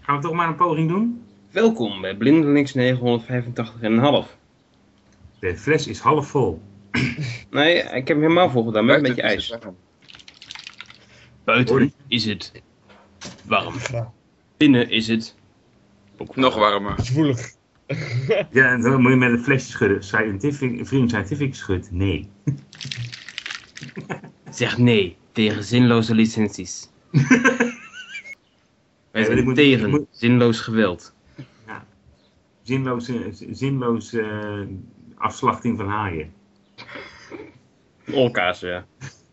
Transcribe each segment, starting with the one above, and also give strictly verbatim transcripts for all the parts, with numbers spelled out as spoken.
Gaan we toch maar een poging doen? Welkom bij Blindelings negenhonderdvijfentachtig komma vijf. De fles is half vol. Nee, ik heb hem helemaal vol gedaan met een beetje ijs. Buiten is het warm. Binnen is het ook nog warmer. Zwoelig. Ja, en dan moet je met een flesje schudden. Scientific, vriend Scientific schudt nee. Zeg nee tegen zinloze licenties. Wij zijn Ja, moet, tegen moet, zinloos geweld. Ja, zinloze, zinloze uh, afslachting van haaien. Olka's, ja.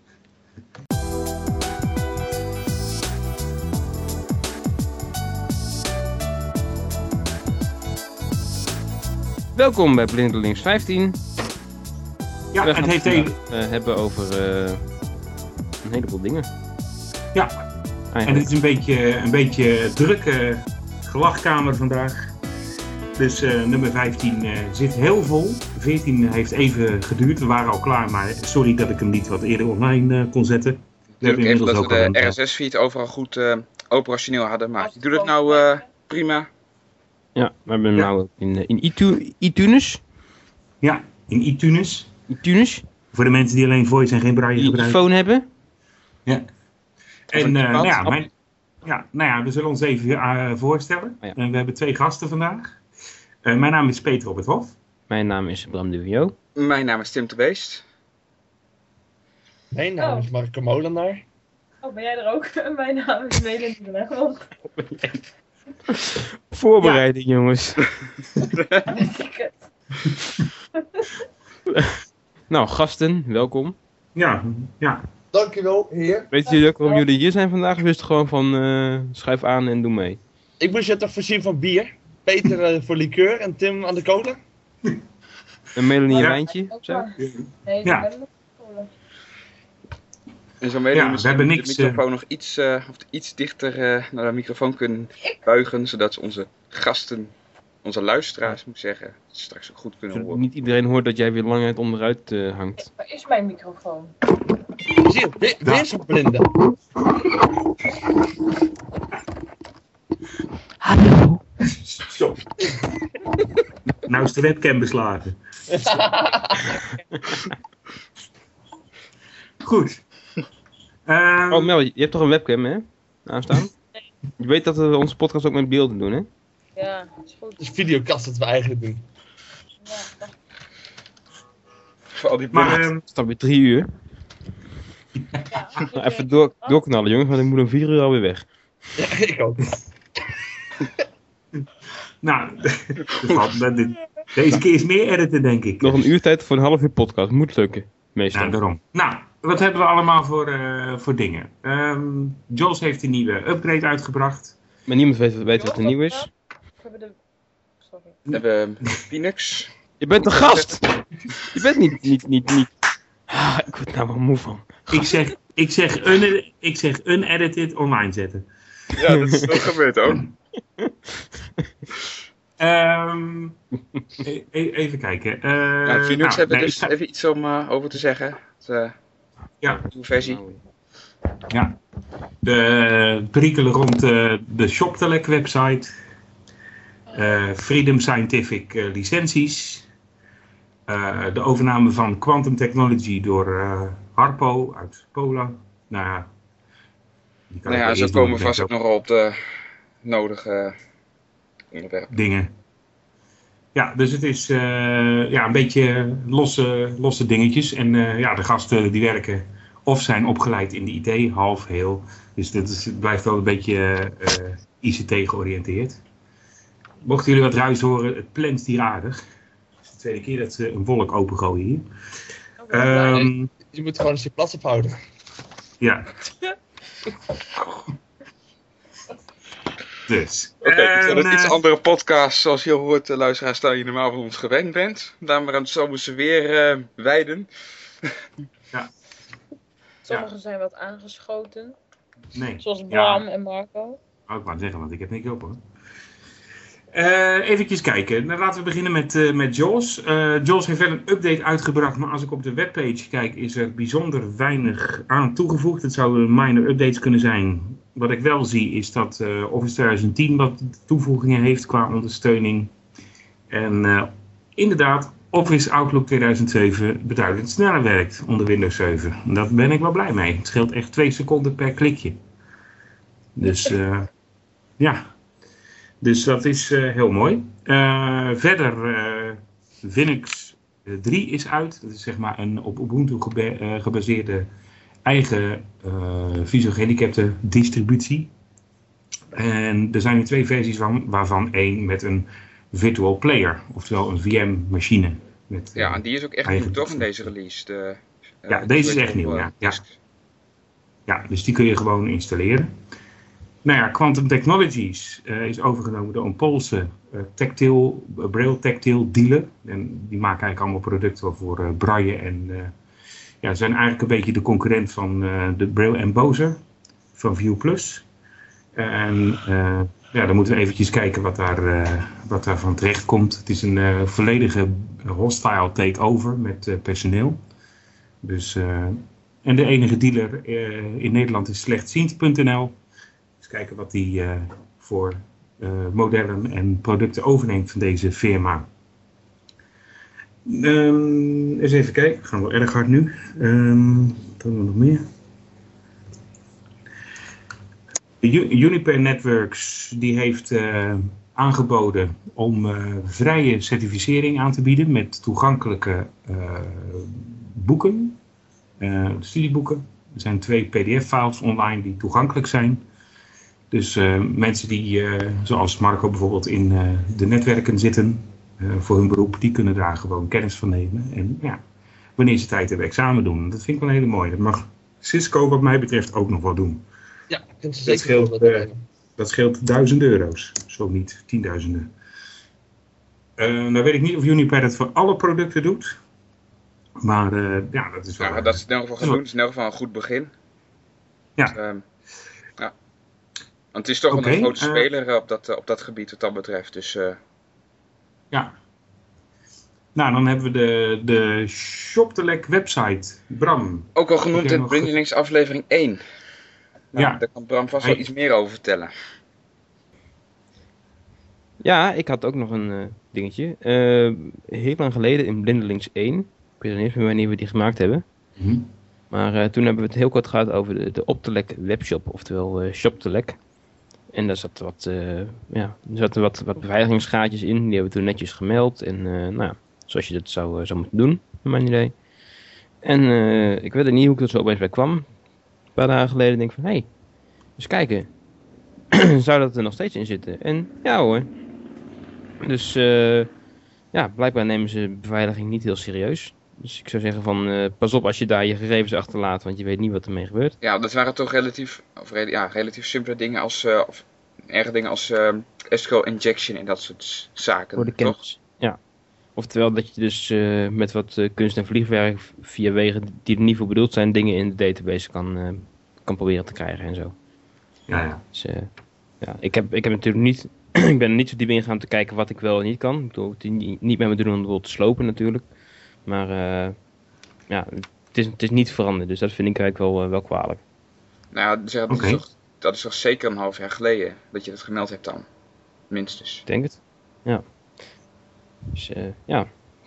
Welkom bij Blindelings vijftien. Ja, We het heeft even... Uh, hebben over uh, een heleboel dingen. Ja, eigenlijk. En het is een beetje, een beetje drukke gelachkamer vandaag. Dus uh, nummer vijftien uh, zit heel vol. veertien heeft even geduurd. We waren al klaar, maar sorry dat ik hem niet wat eerder online uh, kon zetten. We hebben even dat we de R S S-feed overal goed uh, operationeel hadden, maar je doet het nou uh, prima. Ja, we hebben hem ja. nou in, in iTunes. iTunes. Ja, in iTunes. iTunes. Voor de mensen die alleen voice en geen braille gebruiken. Die iPhone hebben. Ja. En uh, nou, ja, mijn, ja, nou ja, we zullen ons even uh, voorstellen. Oh ja. En we hebben twee gasten vandaag. Uh, mijn naam is Peter op het Hof. Mijn naam is Bram Duvio. Mijn naam is Tim de Beest. Mijn naam oh. is Marco Molenaar. Oh, ben jij er ook? Mijn naam is Melin de Legmond. Voorbereiding, ja. Jongens. Nou, gasten, welkom. Ja, ja. Dankjewel, heer. Weet jullie ook waarom jullie hier zijn vandaag? Of is het gewoon van uh, schuif aan en doe mee? Ik moest je toch voorzien van bier. Peter uh, voor liqueur en Tim aan de cola. En Melanie een ja. wijntje? Zo? Nee, ja. ik ben cola. En zo Melanie, ja, we hebben niks, de microfoon uh... nog iets, uh, of iets dichter uh, naar de microfoon kunnen buigen, zodat ze onze gasten, onze luisteraars moet zeggen, straks ook goed kunnen horen. Niet iedereen hoort dat jij weer lang uit onderuit uh, hangt. Waar is mijn microfoon? Zie je, weer, weer zo'n blinde. Hallo. Zo. Nou is de webcam beslagen. Goed. Um... Oh Mel, je hebt toch een webcam, hè? Aanstaan? Nee. Je weet dat we onze podcast ook met beelden doen, hè? Ja, dat is goed. Het is videokast dat we eigenlijk doen. Ja, dat... Voor al die maar, um... het is dan weer drie uur. Ja, nou, even door, doorknallen, jongens, want ik moet om vier uur alweer weg. Ja, ik ook. Nou, deze keer is meer editen, denk ik. Nog een uur tijd voor een half uur podcast. Moet lukken, meestal. Nou, daarom. Nou, wat hebben we allemaal voor, uh, voor dingen? Um, Jos heeft een nieuwe upgrade uitgebracht. Maar niemand weet, weet wat er nieuw is. We hebben de... Sorry. We hebben Phoenix. Je bent een gast! Je bent niet... niet, niet, niet... Ah, ik word nou wel moe van. Ik zeg, ik, zeg un, ik zeg unedited online zetten. Ja, dat, is, dat gebeurt ook. Um, e- e- even kijken. Uh, nou, Phoenix nou, hebben nee, dus ga... even iets om uh, over te zeggen. De ja. nieuwe versie. Ja. De perikelen rond uh, de ShopTelec website. Uh, Freedom Scientific uh, licenties. Uh, de overname van Quantum Technology door uh, Harpo uit Polen. Nou ja, die kan nou ja, zo komen we vast ook nog op de nodige onderwerpen. Dingen. Ja, dus het is uh, ja, een beetje losse, losse dingetjes. En uh, ja, de gasten die werken of zijn opgeleid in de I T, half, heel. Dus dit is, het blijft wel een beetje uh, I C T georiënteerd. Mochten jullie wat ruis horen, het plant hier aardig. Het is de tweede keer dat ze een wolk opengooien hier. Okay. Um, je moet gewoon eens je plaats ophouden. Ja. Dus. Oké, okay, um, dat is iets andere podcast. Zoals je hoort, de luisteraars, staan je normaal van ons gewend bent. Daar maar aan het zomerse weer uh, wijden. Ja. Sommigen ja. zijn wat aangeschoten. Nee. Zoals Bram ja. en Marco. Oh, ik wou zeggen, want ik heb niks op hoor. Uh, even kijken. Nou, laten we beginnen met, uh, met JAWS. Uh, JAWS heeft wel een update uitgebracht, maar als ik op de webpage kijk is er bijzonder weinig aan toegevoegd. Het zouden minor updates kunnen zijn. Wat ik wel zie is dat uh, Office twintig tien wat toevoegingen heeft qua ondersteuning. En uh, inderdaad, Office Outlook tweeduizend zeven beduidend sneller werkt onder Windows zeven. En daar ben ik wel blij mee. Het scheelt echt twee seconden per klikje. Dus uh, ja... Dus dat is uh, heel mooi. Uh, verder, uh, Linux drie is uit. Dat is zeg maar een op Ubuntu geba uh, gebaseerde eigen uh, visueel gehandicapte distributie. En er zijn er twee versies van, waarvan één met een virtual player, oftewel een V M-machine. Met, ja, en die is ook echt nieuw toch in deze release? De, uh, ja, deze is echt nieuw. Ja. Ja. ja, dus die kun je gewoon installeren. Nou ja, Quantum Technologies uh, is overgenomen door een Poolse uh, tactile, uh, Braille tactile dealer. En die maken eigenlijk allemaal producten voor uh, braille. En uh, ja, zijn eigenlijk een beetje de concurrent van uh, de Braille Embosser van View Plus. En uh, ja, dan moeten we eventjes kijken wat daar, uh, wat daar van terecht komt. Het is een uh, volledige hostile takeover met uh, personeel. Dus, uh, en de enige dealer uh, in Nederland is slechtziend punt n l. Eens kijken wat die uh, voor uh, modellen en producten overneemt van deze firma. Um, eens even kijken, we gaan wel erg hard nu. Um, wat hebben we nog meer? Uniper Networks die heeft uh, aangeboden om uh, vrije certificering aan te bieden met toegankelijke uh, boeken, uh, studieboeken. Er zijn twee P D F-files online die toegankelijk zijn. Dus uh, mensen die, uh, zoals Marco bijvoorbeeld, in uh, de netwerken zitten uh, voor hun beroep, die kunnen daar gewoon kennis van nemen. En ja, wanneer ze tijd hebben, examen doen. Dat vind ik wel een hele mooie. Dat mag Cisco wat mij betreft ook nog wel doen. Ja, ik vind ze dat zeker scheelt, uh, dat scheelt duizend euro's, zo niet tienduizenden. Uh, nou weet ik niet of Uniper dat voor alle producten doet. Maar uh, ja, dat is wel... Ja, dat is in elk geval gaan doen. Dat is in elk geval een goed begin. Ja. Um, ja. Want het is toch okay, een grote uh, speler uh, op, dat, uh, op dat gebied wat dat betreft. Dus, uh... Ja. Nou, dan hebben we de, de ShopTelec website. Bram. Ook al genoemd in Brindelings aflevering één. Nou, ja. Daar kan Bram vast wel iets meer over vertellen. Ja, ik had ook nog een uh, dingetje. Uh, heel lang geleden in Blindelings één. Ik weet niet meer wanneer we die gemaakt hebben. Mm-hmm. Maar uh, toen hebben we het heel kort gehad over de, de Optelec webshop, oftewel uh, ShopTelec. En daar zaten wat, uh, ja, er zaten wat, wat beveiligingsgaatjes in. Die hebben we toen netjes gemeld. En uh, nou ja, zoals je dat zou, uh, zou moeten doen, naar mijn idee. En uh, ik weet niet hoe ik er zo opeens bij kwam. Een paar dagen geleden denk ik van, hé, hey, eens kijken. Zou dat er nog steeds in zitten? En ja hoor. Dus uh, ja, blijkbaar nemen ze beveiliging niet heel serieus. Dus ik zou zeggen van, uh, pas op als je daar je gegevens achterlaat, want je weet niet wat ermee gebeurt. Ja, dat waren toch relatief, of, ja, relatief simpele dingen als, uh, of erge dingen als uh, S Q L injection en dat soort zaken. Voor de kennis, ja. Oftewel dat je dus uh, met wat uh, kunst en vliegwerk via wegen die er niet voor bedoeld zijn, dingen in de database kan, uh, kan proberen te krijgen en zo. Ja, ja. Dus, uh, ja ik, heb, ik heb natuurlijk niet, ik ben er niet zo diep in gaan te kijken wat ik wel en niet kan. Ik bedoel, het is niet met me doen om de boel te slopen natuurlijk. Maar uh, ja, het is, het is niet veranderd, dus dat vind ik eigenlijk wel, uh, wel kwalijk. Nou ja, zeg, dat, okay. is toch, dat is toch zeker een half jaar geleden dat je dat gemeld hebt dan? Minstens. Ik denk het, ja. Dus uh, ja.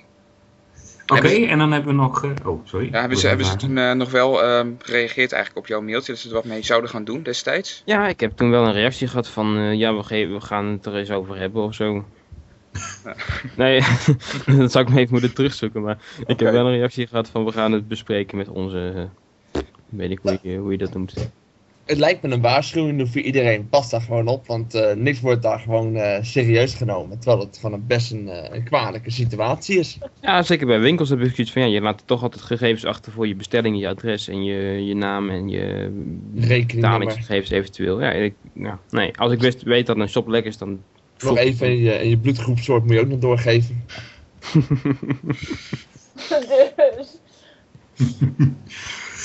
Oké, okay, ze... en dan hebben we nog... Uh, oh, sorry. Ja, hebben ze, hebben ze toen uh, nog wel uh, gereageerd eigenlijk op jouw mailtje, dat ze er wat mee zouden gaan doen destijds? Ja, ik heb toen wel een reactie gehad van, uh, ja, we, ge- we gaan het er eens over hebben of zo. Ja. Nee, dat zou ik me even moeten terugzoeken, maar okay. Ik heb wel een reactie gehad van, we gaan het bespreken met onze, uh, weet ik hoe je, hoe je dat noemt. Het lijkt me een waarschuwing voor iedereen, pas daar gewoon op, want uh, niks wordt daar gewoon uh, serieus genomen. Terwijl het gewoon een best een, uh, een kwalijke situatie is. Ja, zeker bij winkels heb ik zoiets van, ja, je laat toch altijd gegevens achter voor je bestelling, je adres en je, je naam en je betalingsgegevens eventueel. Ja, ik, ja, nee, als ik wist, weet dat een shop lekker is, dan... Nog even en je, je bloedgroepsoort moet je ook nog doorgeven. Dus...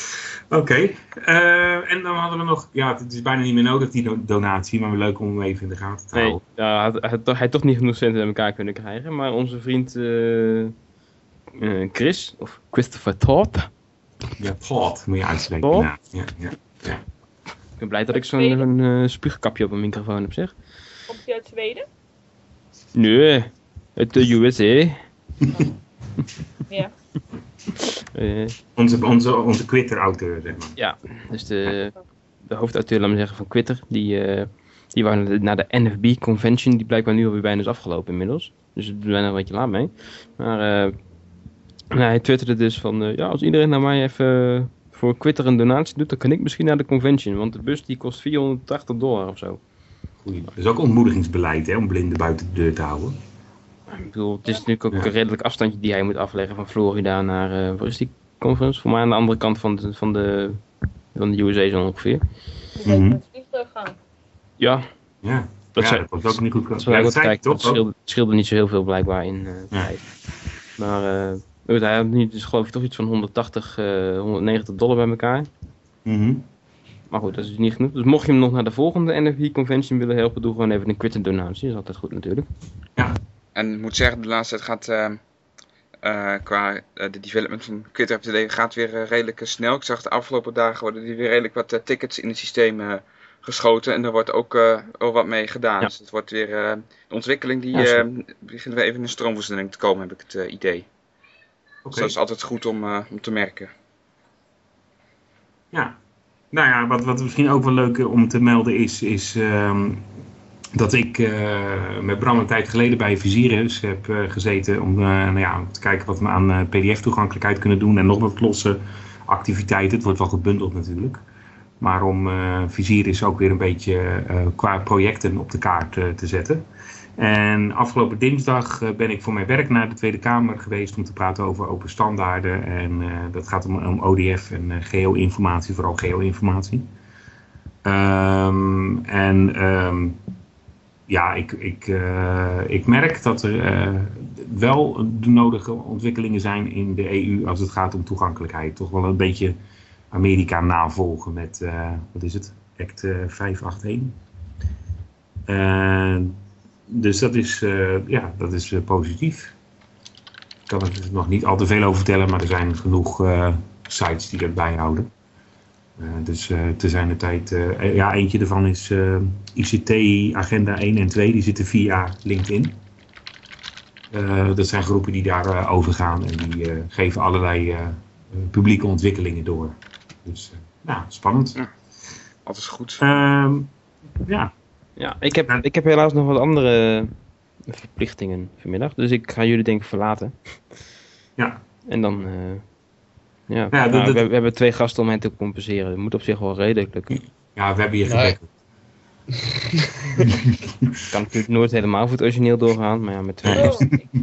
Oké. Uh, en dan hadden we nog... Ja, het is bijna niet meer nodig, die do- donatie. Maar leuk om hem even in de gaten te Nee, houden. ja, hij, hij, hij had toch niet genoeg centen aan elkaar kunnen krijgen. Maar onze vriend uh, uh, Chris, of Christopher Thorpe. Ja, Thorpe moet je uitspreken. Thorpe? Ja, ja, ja, ja. Ik ben blij dat ik zo'n zo'n, uh, spuugkapje op mijn microfoon heb, zeg. Komt hij uit Zweden? Nee, uit de U S A. Ja. uh, onze, onze, onze Twitter-auteur, zeg maar. Ja, dus de, de hoofdauteur, laat maar zeggen, van Twitter, die, uh, die waren naar de, naar de N F B Convention, die blijkbaar nu alweer bijna is afgelopen inmiddels. Dus we zijn er een beetje laat mee. Maar uh, nou, hij twitterde dus van, uh, ja, als iedereen naar mij even uh, voor Twitter een donatie doet, dan kan ik misschien naar de convention, want de bus die kost vierhonderdtachtig dollar of zo. Goeie. Dat is ook ontmoedigingsbeleid, hè, om blinden buiten de deur te houden. Ik bedoel, het is natuurlijk ook Ja. een redelijk afstandje die hij moet afleggen van Florida naar, uh, waar is die conference? Voor mij aan de andere kant van de, van de, van de U S A zo ongeveer. Je moet Mhm. met het vliegtuig gaan. Ja, Ja, dat, ja, zou, dat was ook niet goed. dat Ja, zou ik dat ook zei ik kijken, toch het scheelde, het scheelde niet zo heel veel blijkbaar in uh, Ja. tijd. Maar uh, goed, hij had nu dus geloof ik toch iets van honderdtachtig, uh, honderdnegentig dollar bij elkaar. Mhm. Maar goed, dat is dus niet genoeg. Dus mocht je hem nog naar de volgende N F B convention willen helpen, doe gewoon even een Twitter donatie. Dat is altijd goed natuurlijk. En ik moet zeggen, de laatste tijd gaat uh, uh, qua uh, de development van Twitter Up to Date gaat weer uh, redelijk uh, snel. Ik zag de afgelopen dagen worden er weer redelijk wat uh, tickets in het systeem uh, geschoten. En daar wordt ook uh, al wat mee gedaan. Ja. Dus het wordt weer uh, de ontwikkeling die Ja, zo. uh, begint weer even in een stroomversnelling te komen, heb ik het uh, idee. Oké. Dus dat is altijd goed om, uh, om te merken. Ja. Nou ja, wat, wat misschien ook wel leuk uh, om te melden is, is um, dat ik uh, met Bram een tijd geleden bij Visirus heb uh, gezeten om, uh, nou ja, om te kijken wat we aan uh, P D F-toegankelijkheid kunnen doen en nog wat losse activiteiten. Het wordt wel gebundeld natuurlijk. Maar om uh, Visirus ook weer een beetje uh, qua projecten op de kaart uh, te zetten. En afgelopen dinsdag uh, ben ik voor mijn werk naar de Tweede Kamer geweest om te praten over open standaarden. En uh, dat gaat om, om O D F en uh, geo-informatie, vooral geo-informatie. Um, en um, ja, ik, ik, uh, ik merk dat er uh, wel de nodige ontwikkelingen zijn in de E U als het gaat om toegankelijkheid. Toch wel een beetje Amerika navolgen met, uh, wat is het, Act uh, vijfhonderdeenentachtig. Uh, dus dat is, uh, ja, dat is uh, positief. Ik kan er dus nog niet al te veel over vertellen, maar er zijn genoeg uh, sites die dat bijhouden. Uh, dus uh, te zijn de tijd, uh, ja, eentje daarvan is uh, I C T Agenda één en twee, die zitten via LinkedIn. Uh, dat zijn groepen die daar uh, over gaan en die uh, geven allerlei uh, publieke ontwikkelingen door. Dus, uh, nou, spannend. Ja, altijd goed. Uh, ja. Ja, ik heb, ik heb helaas nog wat andere verplichtingen vanmiddag. Dus ik ga jullie denk ik verlaten. Ja. En dan... Uh, ja, ja dat, nou, dat, we, we hebben twee gasten om hen te compenseren. Dat moet op zich wel redelijk lukken. Ja, we hebben hier Nee. gebekken. Ik kan natuurlijk nooit helemaal voor het origineel doorgaan. Maar ja, met twee Nee. Oh, gasten. ik-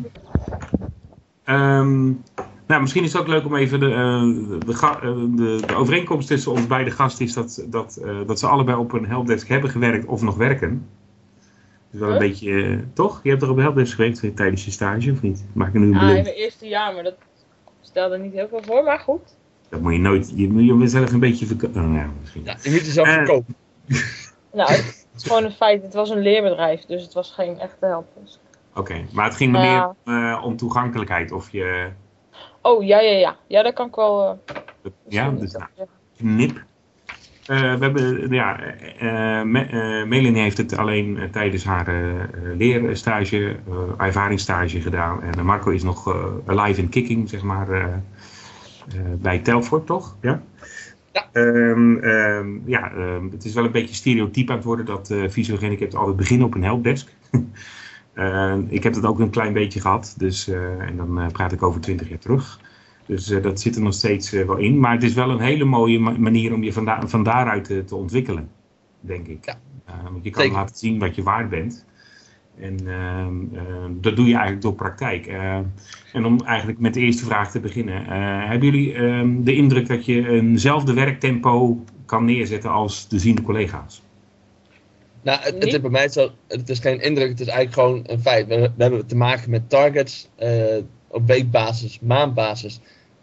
Um, nou, misschien is het ook leuk om even de, uh, de, ga- uh, de, de overeenkomst tussen ons beide gasten is dat, dat, uh, dat ze allebei op een helpdesk hebben gewerkt of nog werken. Dus wel een Huh? beetje, uh, toch? Je hebt toch op een helpdesk gewerkt tijdens je stage of niet? Maak ik nu een Ja, in belofte? mijn eerste jaar, maar dat stelde niet heel veel voor, maar goed. Dat moet je nooit, je moet je zelf een beetje verkopen. Oh, ja, misschien. Ja, je moet jezelf Eh. verkopen. Nou, het is gewoon een feit. Het was een leerbedrijf, dus het was geen echte helpdesk. Oké, okay. Maar het ging me Ja. meer uh, om toegankelijkheid. Of je, Oh, ja, ja, ja. Ja, daar kan ik wel... Uh, ja, misschien dus iets nou, over zeggen. nip. Uh, we hebben, ja, uh, Me, uh, Melanie heeft het alleen uh, tijdens haar uh, leerstage, uh, ervaringsstage gedaan. En uh, Marco is nog uh, alive and kicking, zeg maar, uh, uh, bij Telfort, toch? Ja. Ja. Um, um, ja, um, het is wel een beetje stereotyp aan het worden dat uh, visueel gehandicapten altijd beginnen op een helpdesk. uh, ik heb dat ook een klein beetje gehad, dus, uh, en dan uh, praat ik over twintig jaar terug. Dus uh, dat zit er nog steeds uh, wel in. Maar het is wel een hele mooie ma- manier om je van, da- van daaruit uh, te ontwikkelen, denk ik. Ja. Uh, want je kan Zeker. laten zien wat je waard bent. En uh, uh, dat doe je eigenlijk door praktijk. Uh, en om eigenlijk met de eerste vraag te beginnen. Uh, hebben jullie uh, de indruk dat je eenzelfde werktempo kan neerzetten als de ziende collega's? Nou, het, het Niet? is bij mij zo, het is geen indruk, het is eigenlijk gewoon een feit. We, we hebben te maken met targets uh, op weekbasis, maandbasis.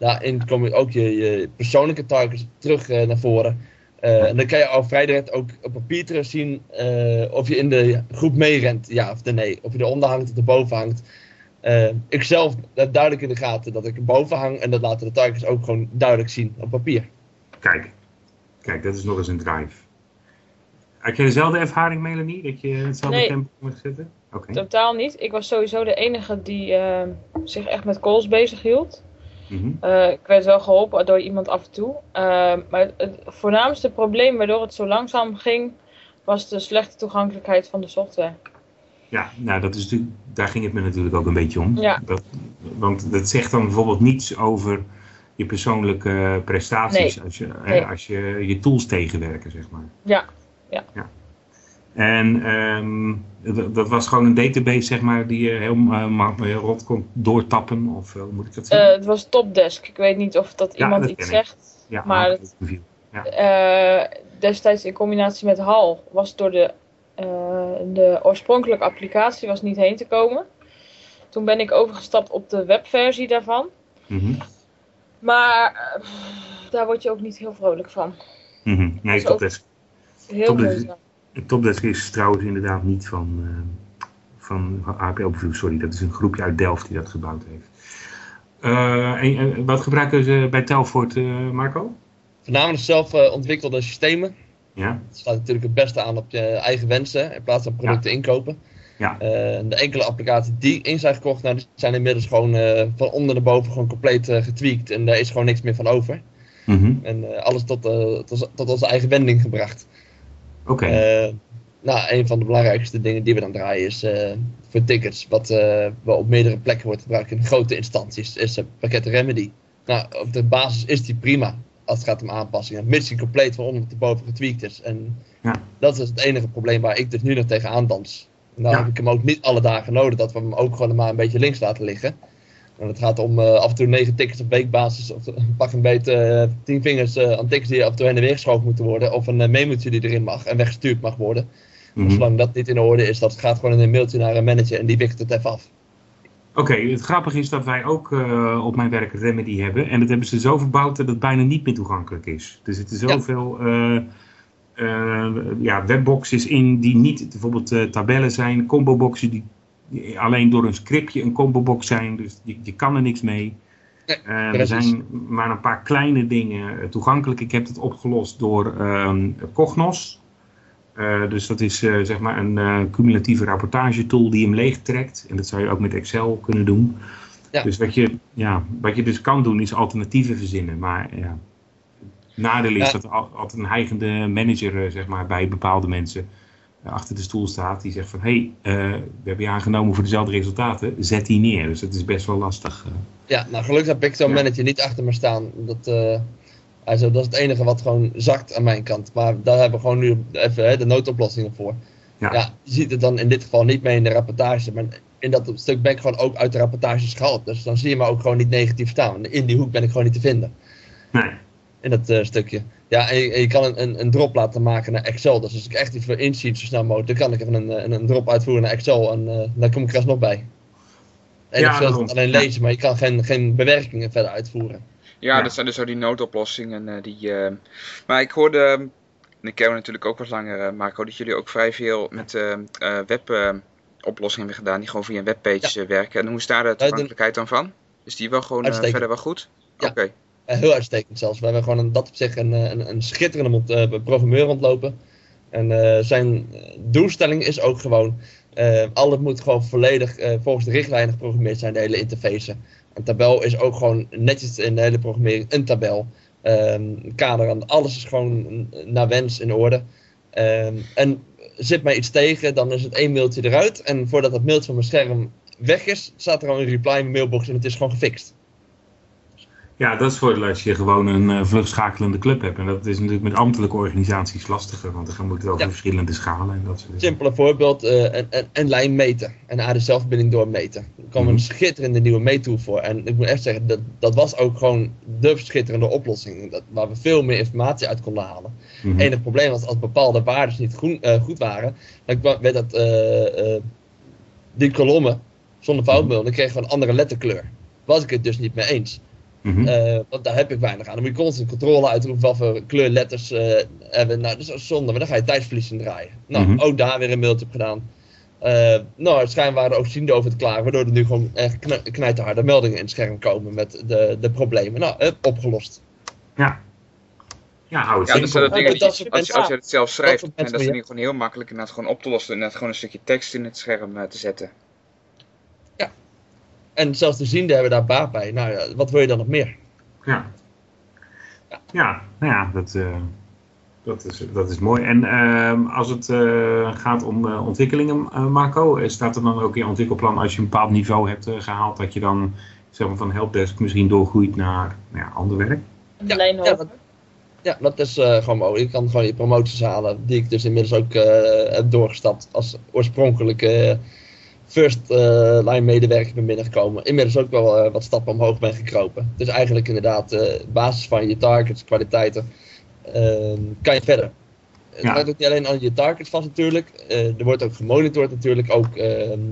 Daarin komen ook je, je persoonlijke targets terug uh, naar voren. Uh, en dan kan je al vrij direct ook op papier terugzien uh, of je in de groep meerent, ja of nee. Of je eronder hangt of erboven hangt. Uh, ik zelf heb duidelijk in de gaten dat ik erboven hang en dat laten de targets ook gewoon duidelijk zien op papier. Kijk, kijk, dat is nog eens een drive. Had je dezelfde ervaring, Melanie, dat je hetzelfde Nee. tempo moet zetten? Oké. Okay. Totaal niet. Ik was sowieso de enige die uh, zich echt met calls bezig hield. Mm-hmm. Uh, ik werd wel geholpen door iemand af en toe. Uh, maar het voornaamste probleem waardoor het zo langzaam ging, was de slechte toegankelijkheid van de software. Ja, nou, dat is natuurlijk, daar ging het me natuurlijk ook een beetje om. Ja. Dat, want dat zegt dan bijvoorbeeld niets over je persoonlijke prestaties Nee. als, je, Nee. eh, als je je tools tegenwerken, zeg maar. Ja, ja. ja. En um, dat, dat was gewoon een database, zeg maar, die je heel, uh, heel rot kon doortappen, of uh, hoe moet ik dat zeggen? Uh, het was Topdesk. Ik weet niet of dat Ja, iemand dat iets ken ik. zegt. Ja, maar het, ja. uh, destijds in combinatie met H A L was door de, uh, de oorspronkelijke applicatie was niet heen te komen. Toen ben ik overgestapt op de webversie daarvan. Mm-hmm. Maar uh, daar word je ook niet heel vrolijk van. Mm-hmm. Nee, Topdesk. Heel Topdesk, Topdesk is trouwens inderdaad niet van, uh, van H P Overview, sorry. Dat is een groepje uit Delft die dat gebouwd heeft. Uh, en, en wat gebruiken ze bij Telfort, uh, Marco? Voornamelijk zelf uh, ontwikkelde systemen. Ja. Het staat natuurlijk het beste aan op je eigen wensen in plaats van producten ja. inkopen. Ja. Uh, de enkele applicaties die in zijn gekocht, nou, die zijn inmiddels gewoon uh, van onder naar boven gewoon compleet uh, getweakt. En daar is gewoon niks meer van over. Mm-hmm. En uh, alles tot, uh, tot, tot onze eigen wending gebracht. Oké. Okay. Uh, nou, een van de belangrijkste dingen die we dan draaien is uh, voor tickets, wat uh, wel op meerdere plekken wordt gebruikt in grote instanties, is uh, pakket Remedy. Nou, op de basis is die prima als het gaat om aanpassingen, mits die compleet van onder tot boven getweakt is. En ja. dat is het enige probleem waar ik dus nu nog tegenaan dans. En daar ja. heb ik hem ook niet alle dagen nodig, dat we hem ook gewoon maar een beetje links laten liggen. En het gaat om uh, af en toe negen tickets op weekbasis, of uh, pak een beetje uh, tien vingers uh, aan tickets die af en toe heen en weer geschoven moeten worden, of een uh, memootje die erin mag en weggestuurd mag worden. Mm-hmm. Zolang dat niet in orde is, dat gaat gewoon in een mailtje naar een manager en die wikt het even af. Oké, okay, het grappige is dat wij ook uh, op mijn werk Remedy hebben. En dat hebben ze zo verbouwd dat het bijna niet meer toegankelijk is. Er zitten zoveel ja. Uh, uh, ja, webboxes in die niet bijvoorbeeld uh, tabellen zijn. Comboboxen die, die alleen door een scriptje een combobox zijn. Dus je, je kan er niks mee. Nee, uh, er zijn maar een paar kleine dingen toegankelijk. Ik heb het opgelost door um, Cognos. Uh, dus dat is uh, zeg maar een uh, cumulatieve rapportagetool die hem leegtrekt. En dat zou je ook met Excel kunnen doen. Ja. Dus wat je, ja, wat je dus kan doen is alternatieven verzinnen. Maar ja, het nadeel is ja. dat er altijd een hijgende manager uh, zeg maar, bij bepaalde mensen uh, achter de stoel staat. Die zegt van, hé, hey, uh, we hebben je aangenomen voor dezelfde resultaten. Zet die neer. Dus dat is best wel lastig. Uh. Ja, nou gelukkig heb ik zo'n ja. manager niet achter me staan. Dat... Uh... Also, dat is het enige wat gewoon zakt aan mijn kant. Maar daar hebben we gewoon nu even hè, de noodoplossingen voor. Ja. ja, je ziet het dan in dit geval niet mee in de rapportage. Maar in dat stuk ben ik gewoon ook uit de rapportages gehaald. Dus dan zie je me ook gewoon niet negatief staan. In die hoek ben ik gewoon niet te vinden. Nee. In dat uh, stukje. Ja, en je, en je kan een, een, een drop laten maken naar Excel. Dus als ik echt iets wil inzien zo snel mogelijk, dan kan ik even een, een, een drop uitvoeren naar Excel. En uh, daar kom ik er alsnog bij. En ja, Excel is alleen lezen, maar je kan geen, geen bewerkingen verder uitvoeren. Ja, ja, dat zijn dus zo die noodoplossingen. Uh, die, uh... Maar ik hoorde, uh, en ik ken natuurlijk ook wat langer, uh, Marco, dat jullie ook vrij veel met uh, uh, weboplossingen uh, hebben gedaan, die gewoon via een webpage ja. werken. En hoe is daar de toegankelijkheid dan van? Is die wel gewoon uh, verder wel goed? Ja, okay. uh, heel uitstekend zelfs. We hebben gewoon een, dat op zich een, een, een schitterende uh, programmeur rondlopen. En uh, zijn doelstelling is ook gewoon, uh, alles moet gewoon volledig uh, volgens de richtlijnen geprogrammeerd zijn, de hele interface. Een tabel is ook gewoon netjes in de hele programmering een tabel. Um, kader aan alles is gewoon naar wens in orde. Um, en zit mij iets tegen, dan is het één mailtje eruit. En voordat dat mailtje van mijn scherm weg is, staat er al een reply in mijn mailbox en het is gewoon gefixt. Ja, dat is voordeel als je gewoon een uh, vluchtschakelende club hebt. En dat is natuurlijk met ambtelijke organisaties lastiger. Want dan moet het over ja. verschillende schalen. En dat soort simpele voorbeeld, uh, een, een, een lijn meten. En A D C-verbinding doormeten. Er kwam mm-hmm. een schitterende nieuwe meettool voor. En ik moet echt zeggen, dat, dat was ook gewoon de schitterende oplossing. Dat, waar we veel meer informatie uit konden halen. Mm-hmm. Het enige probleem was als bepaalde waarden niet groen, uh, goed waren. Dan werd dat, uh, uh, die kolommen zonder foutmail, dan kreeg we een andere letterkleur. Was ik het dus niet mee eens. Mm-hmm. Uh, want daar heb ik weinig aan. Dan moet je constant controle uitroepen wat voor kleurletters uh, hebben. Nou, dat is zonde, maar dan ga je tijdsverlies in draaien. Nou, mm-hmm. ook daar weer een mailtje op gedaan. Uh, nou, schijnbaar waren er ook zienden over te klagen, waardoor er nu gewoon echt kn- knijterharde meldingen in het scherm komen met de, de problemen. Nou, uh, opgelost. Ja. Ja, hou het ja, dat zijn dat dingen die, dat als, als, als je het zelf schrijft, dat en dat is niet gewoon heel makkelijk en dat gewoon op te lossen en net gewoon een stukje tekst in het scherm uh, te zetten. Ja. En zelfs de zienden hebben daar baat bij. Nou ja, wat wil je dan nog meer? Ja. Ja, ja nou ja, dat, uh, dat, is, dat is mooi. En uh, als het uh, gaat om uh, ontwikkelingen, uh, Marco, staat er dan ook in je ontwikkelplan als je een bepaald niveau hebt uh, gehaald, dat je dan zeg maar, van helpdesk misschien doorgroeit naar nou ja, ander werk? Ja, ja, dat, ja, dat is uh, gewoon mogelijk. Je kan gewoon je promoties halen, die ik dus inmiddels ook uh, heb doorgestapt als oorspronkelijke uh, first uh, line medewerker ben binnengekomen. Inmiddels ook wel uh, wat stappen omhoog ben gekropen. Dus eigenlijk inderdaad, uh, basis van je targets, kwaliteiten, uh, kan je verder. Het Ja. gaat ook niet alleen aan je targets vast natuurlijk. Uh, er wordt ook gemonitord natuurlijk. Ook, uh, uh,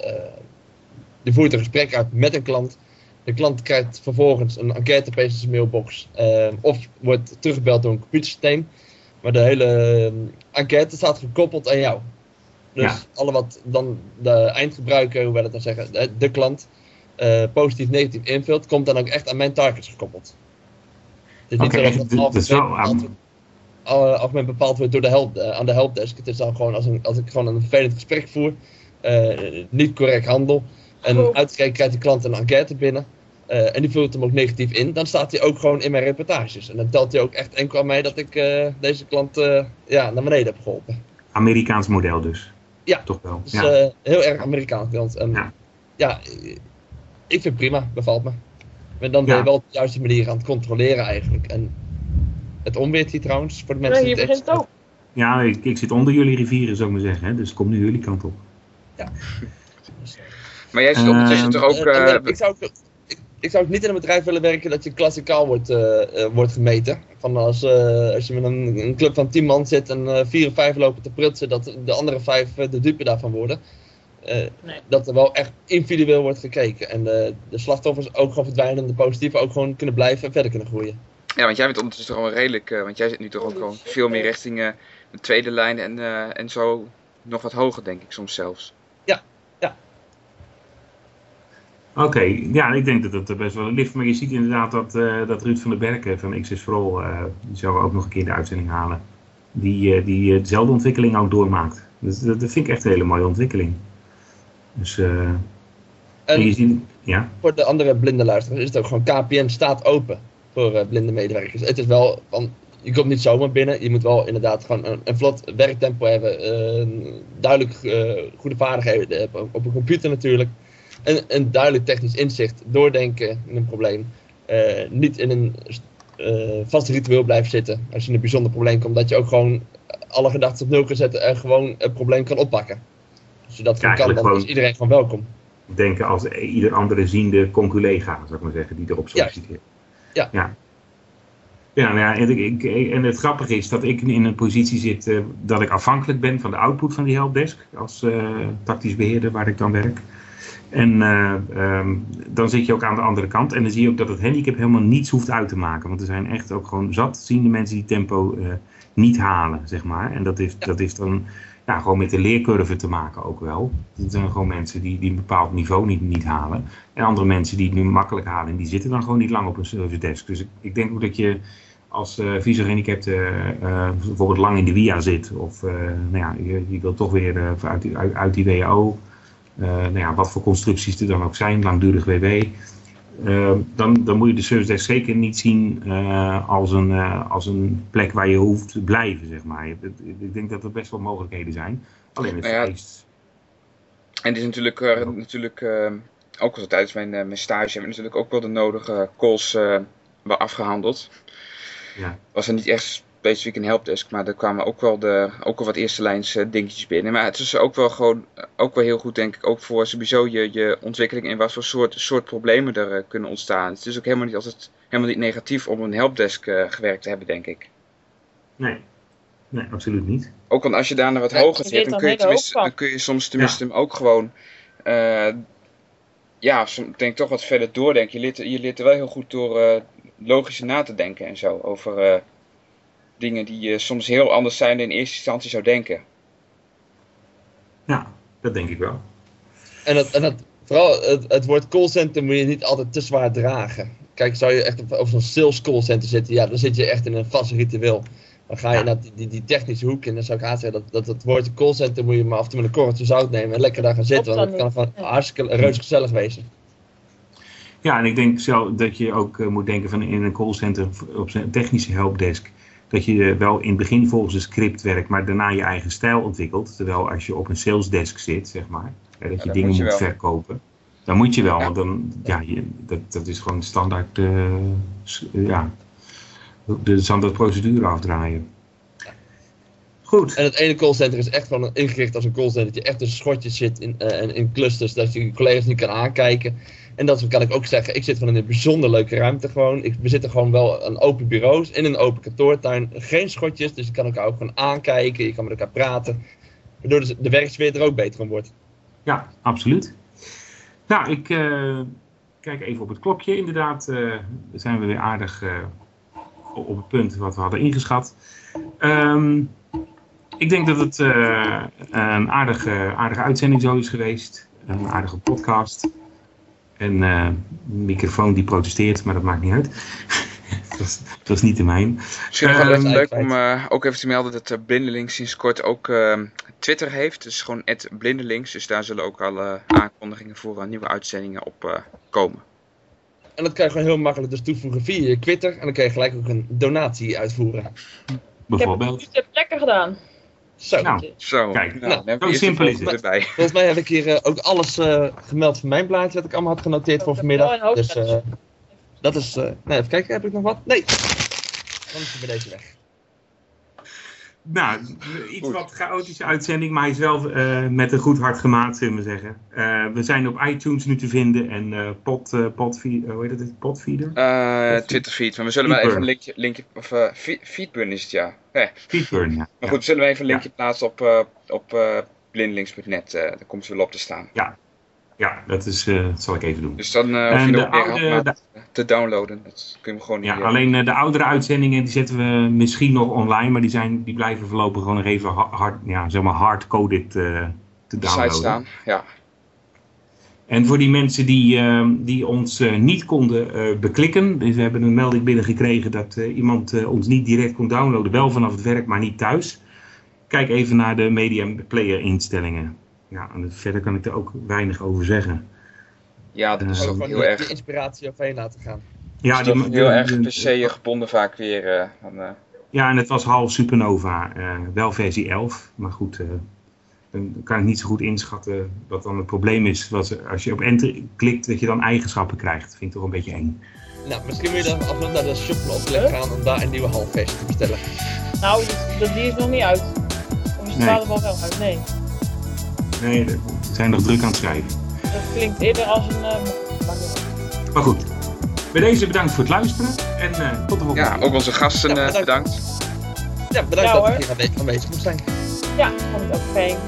je voert een gesprek uit met een klant. De klant krijgt vervolgens een enquête op zijn mailbox. Uh, of wordt teruggebeld door een computersysteem. Maar de hele uh, enquête staat gekoppeld aan jou. Dus Ja. alle wat dan de eindgebruiker, hoe wij dat dan zeggen, de, de klant, uh, positief, negatief invult, komt dan ook echt aan mijn targets gekoppeld. Het is niet Oké, zo dat dus- het dus algemeen wel, bepaald, um, wordt- uh, algemeen bepaald wordt door de help, uh, aan de helpdesk. Het is dan gewoon als, een, als ik gewoon een vervelend gesprek voer, uh, niet correct handel. En Oh. uitgerekend krijgt de klant een enquête binnen. Uh, en die vult hem ook negatief in. Dan staat hij ook gewoon in mijn reportages. En dan telt hij ook echt enkel aan mij dat ik uh, deze klant uh, ja, naar beneden heb geholpen. Amerikaans model dus. Ja. Toch wel. Dus Ja. uh, heel erg Amerikaans klant. En Ja. ja. ja, ik vind het prima, bevalt me. Maar dan ben Ja. je wel op de juiste manier aan het controleren eigenlijk. En het onweert hier trouwens, voor de ja, mensen hier die begint het ook. Ja, ik, ik zit onder jullie rivieren, zou ik maar zeggen. Hè? Dus kom nu jullie kant op. Maar jij zit Uh, ondertussen toch ook... En- en, Uh, uh, ik, zou ook ik, ik zou ook niet in een bedrijf willen werken dat je klassikaal wordt, uh, uh, wordt gemeten. Van als, uh, als je met een, een club van tien man zit en uh, vier of vijf lopen te prutsen, dat de andere vijf uh, de dupe daarvan worden. Uh, Nee. Dat er wel echt individueel wordt gekeken. En uh, de slachtoffers ook gewoon verdwijnen en de positieve ook gewoon kunnen blijven en verder kunnen groeien. ja, want jij bent ondertussen toch wel redelijk... Uh, want jij zit nu toch ook gewoon veel meer richting uh, de tweede lijn en, uh, en zo nog wat hoger, denk ik soms zelfs. Oké, okay, ja, ik denk dat het best wel ligt. Maar je ziet inderdaad dat, uh, dat Ruud van der Berken van X is for All, uh, die zou we ook nog een keer in de uitzending halen, die, uh, die uh, dezelfde ontwikkeling ook doormaakt. Dus dat, dat vind ik echt een hele mooie ontwikkeling. Dus, uh, en, en je ziet, ja. Voor de andere blinde luisteraars is het ook gewoon K P N staat open voor uh, blinde medewerkers. Het is wel van, je komt niet zomaar binnen, je moet wel inderdaad gewoon een, een vlot werktempo hebben, uh, duidelijk uh, goede vaardigheden hebben op een computer natuurlijk. En een duidelijk technisch inzicht, doordenken in een probleem. Uh, niet in een uh, vast ritueel blijven zitten. Als je in een bijzonder probleem komt, dat je ook gewoon alle gedachten op nul kan zetten en gewoon het probleem kan oppakken. Als je dat Ja, kan, dan gewoon is iedereen gewoon welkom. Denken als ieder andere ziende conculega, zou ik maar zeggen, die erop solliciteert. Ja. Ja. Ja, nou ja en, ik, ik, en het grappige is dat ik in een positie zit uh, dat ik afhankelijk ben van de output van die helpdesk als uh, tactisch beheerder waar ik dan werk. En uh, um, dan zit je ook aan de andere kant en dan zie je ook dat het handicap helemaal niets hoeft uit te maken. Want er zijn echt ook gewoon zat ziende mensen die tempo uh, niet halen, zeg maar. En dat heeft, ja. dat heeft dan ja, gewoon met de leercurve te maken ook wel. Er zijn gewoon mensen die, die een bepaald niveau niet, niet halen. En andere mensen die het nu makkelijk halen en die zitten dan gewoon niet lang op een service desk. Dus ik, ik denk ook dat je als uh, visueel-gehandicapte uh, bijvoorbeeld lang in de W I A zit of uh, nou ja, je, je wilt toch weer uh, uit, die, uit, uit die W A O... Uh, nou ja, wat voor constructies er dan ook zijn, langdurig W W, uh, dan, dan moet je de service desk zeker niet zien uh, als, een, uh, als een plek waar je hoeft te blijven, zeg maar. Ik denk dat er best wel mogelijkheden zijn, alleen het nou ja, vereist. En het is natuurlijk, uh, natuurlijk uh, ook al tijdens mijn, uh, mijn stage hebben we natuurlijk ook wel de nodige calls uh, wel afgehandeld. Ja. Was er niet echt specifiek een helpdesk, maar er kwamen ook wel, de, ook wel wat eerste lijns uh, dingetjes binnen. Maar het is ook wel gewoon, ook wel heel goed denk ik, ook voor sowieso je, je ontwikkeling en wat voor soort, soort problemen er uh, kunnen ontstaan. Het is ook helemaal niet altijd helemaal niet negatief om een helpdesk uh, gewerkt te hebben, denk ik. Nee. Nee, absoluut niet. Ook want als je daar naar wat Ja, hoger je zit, weet dan dan kun je, hele hoop tenminste, van. dan kun je soms tenminste ja. ook gewoon uh, ja, soms denk ik toch wat verder doordenken. Je leert, je leert er wel heel goed door uh, logisch na te denken en zo. Over uh, dingen die uh, soms heel anders zijn dan in eerste instantie zou denken. Ja, dat denk ik wel. En, dat, en dat, vooral het, het woord callcenter moet je niet altijd te zwaar dragen. Kijk, zou je echt over zo'n sales callcenter zitten, ja, dan zit je echt in een vast ritueel. Dan ga je Ja. naar die, die, die technische hoek en dan zou ik haast zeggen dat, dat het woordje callcenter moet je maar af en toe met een korreltje zout nemen en lekker daar gaan zitten, want het kan van hartstikke reuze gezellig wezen. Ja, en ik denk zo dat je ook uh, moet denken van in een callcenter op zijn technische helpdesk. Dat je uh, wel in het begin volgens een script werkt, maar daarna je eigen stijl ontwikkelt. Terwijl als je op een salesdesk zit, zeg maar, hè, dat je Ja, dingen moet moet, je wel. verkopen. Dan moet je wel, Ja. want dan, ja, je, dat, dat is gewoon standaard, uh, s- ja, de standaard procedure afdraaien. Goed. En het ene callcenter is echt gewoon ingericht als een callcenter, dat je echt tussen schotjes zit in, uh, in, in clusters, dat je je collega's niet kan aankijken. En dat kan ik ook zeggen, ik zit gewoon in een bijzonder leuke ruimte gewoon. Ik, we zitten gewoon wel aan open bureaus, in een open kantoortuin, geen schotjes, dus je kan elkaar ook gewoon aankijken, je kan met elkaar praten. Waardoor de, de werksfeer er ook beter van wordt. Ja, absoluut. Nou, ik uh, kijk even op het klokje. Inderdaad, uh, zijn we weer aardig uh, op het punt wat we hadden ingeschat. Um, ik denk dat het uh, een aardige, aardige uitzending zo is geweest. Een aardige podcast. En uh, een microfoon die protesteert, maar dat maakt niet uit. dat, was, dat was niet de mijn. Misschien nog wel Um, even leuk om uh, ook even te melden dat uh, Blindelings sinds kort ook uh, Twitter heeft. Dus gewoon at Blindelings. Dus daar zullen ook al uh, aankondigingen voor uh, nieuwe uitzendingen op uh, komen. En dat kan je gewoon heel makkelijk dus toevoegen via je Twitter. En dan kun je gelijk ook een donatie uitvoeren. Ik heb Bijvoorbeeld. het ter plekke gedaan. Zo. Nou, Zo, Kijk, nou, nou, dan heb zo je eerst simpel de is volgende het. erbij. Volgens mij heb ik hier uh, ook alles uh, gemeld van mijn blaadje, wat ik allemaal had genoteerd voor Ik heb wel vanmiddag. een Dus uh, hoofdletter. dat is... Uh, nee, even kijken, heb ik nog wat? Nee. Dan is hij bij deze weg. Nou, iets Goed. wat chaotische uitzending, maar hij is wel uh, met een goed hart gemaakt, zullen we zeggen. Uh, we zijn op iTunes nu te vinden en uh, pod, uh, podfeed, uh, hoe heet het? Podfeeder? Uh, Twitter feed, maar we zullen wel even Feedburn. een linkje, linkje of uh, feed, Feedburn is het ja. Eh, Feedburn, ja. maar goed, zullen we even een Ja. linkje plaatsen op, uh, op uh, blindelings punt net, uh, daar komt ze wel op te staan. Ja, dat, is, uh, dat zal ik even doen. Dus dan uh, hoef En je de nog meer oude- handmaat te downloaden, dat kun je gewoon niet... Ja, uh, alleen uh, de oudere uitzendingen die zetten we misschien nog online, maar die, zijn, die blijven voorlopig gewoon nog even ha- hard, ja, zeg maar hardcoded uh, te op de site downloaden. staan, ja. En voor die mensen die, uh, die ons uh, niet konden uh, beklikken, dus we hebben een melding binnengekregen dat uh, iemand uh, ons niet direct kon downloaden, wel vanaf het werk, maar niet thuis. Kijk even naar de media player instellingen. Ja, en verder kan ik er ook weinig over zeggen. Ja, dat is Uh, toch Gewoon heel de, erg, de inspiratie overheen laten gaan. Ja, is toch die- heel die- erg die- P C gebonden vaak weer. Uh, dan, uh, Ja, en het was half Supernova, uh, wel versie elf. Maar goed, uh, dan kan ik niet zo goed inschatten wat dan het probleem is. Wat, als je op enter klikt, dat je dan eigenschappen krijgt. Dat vind ik toch een beetje eng. Nou, misschien wil je dan af en toe naar de shop gaan om daar een nieuwe halfversie te bestellen. Nou, die, die is nog niet uit. Of is het Nee. twaalf al wel uit? Nee. Nee, we zijn nog druk aan het schrijven. Dat klinkt eerder als een... Uh, maakt niet uit. Maar goed, bij deze bedankt voor het luisteren. En uh, tot de volgende ja, keer. ook onze gasten Ja, uh, bedankt. bedankt. Ja, bedankt Ja, dat hoor. ik hier aanwe- aanwezig moest zijn. Ja, vond ik ook fijn.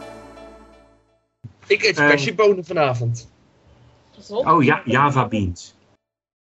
Ik eet Ehm. spersiebonen vanavond. Gezond. Oh ja, Java Beans.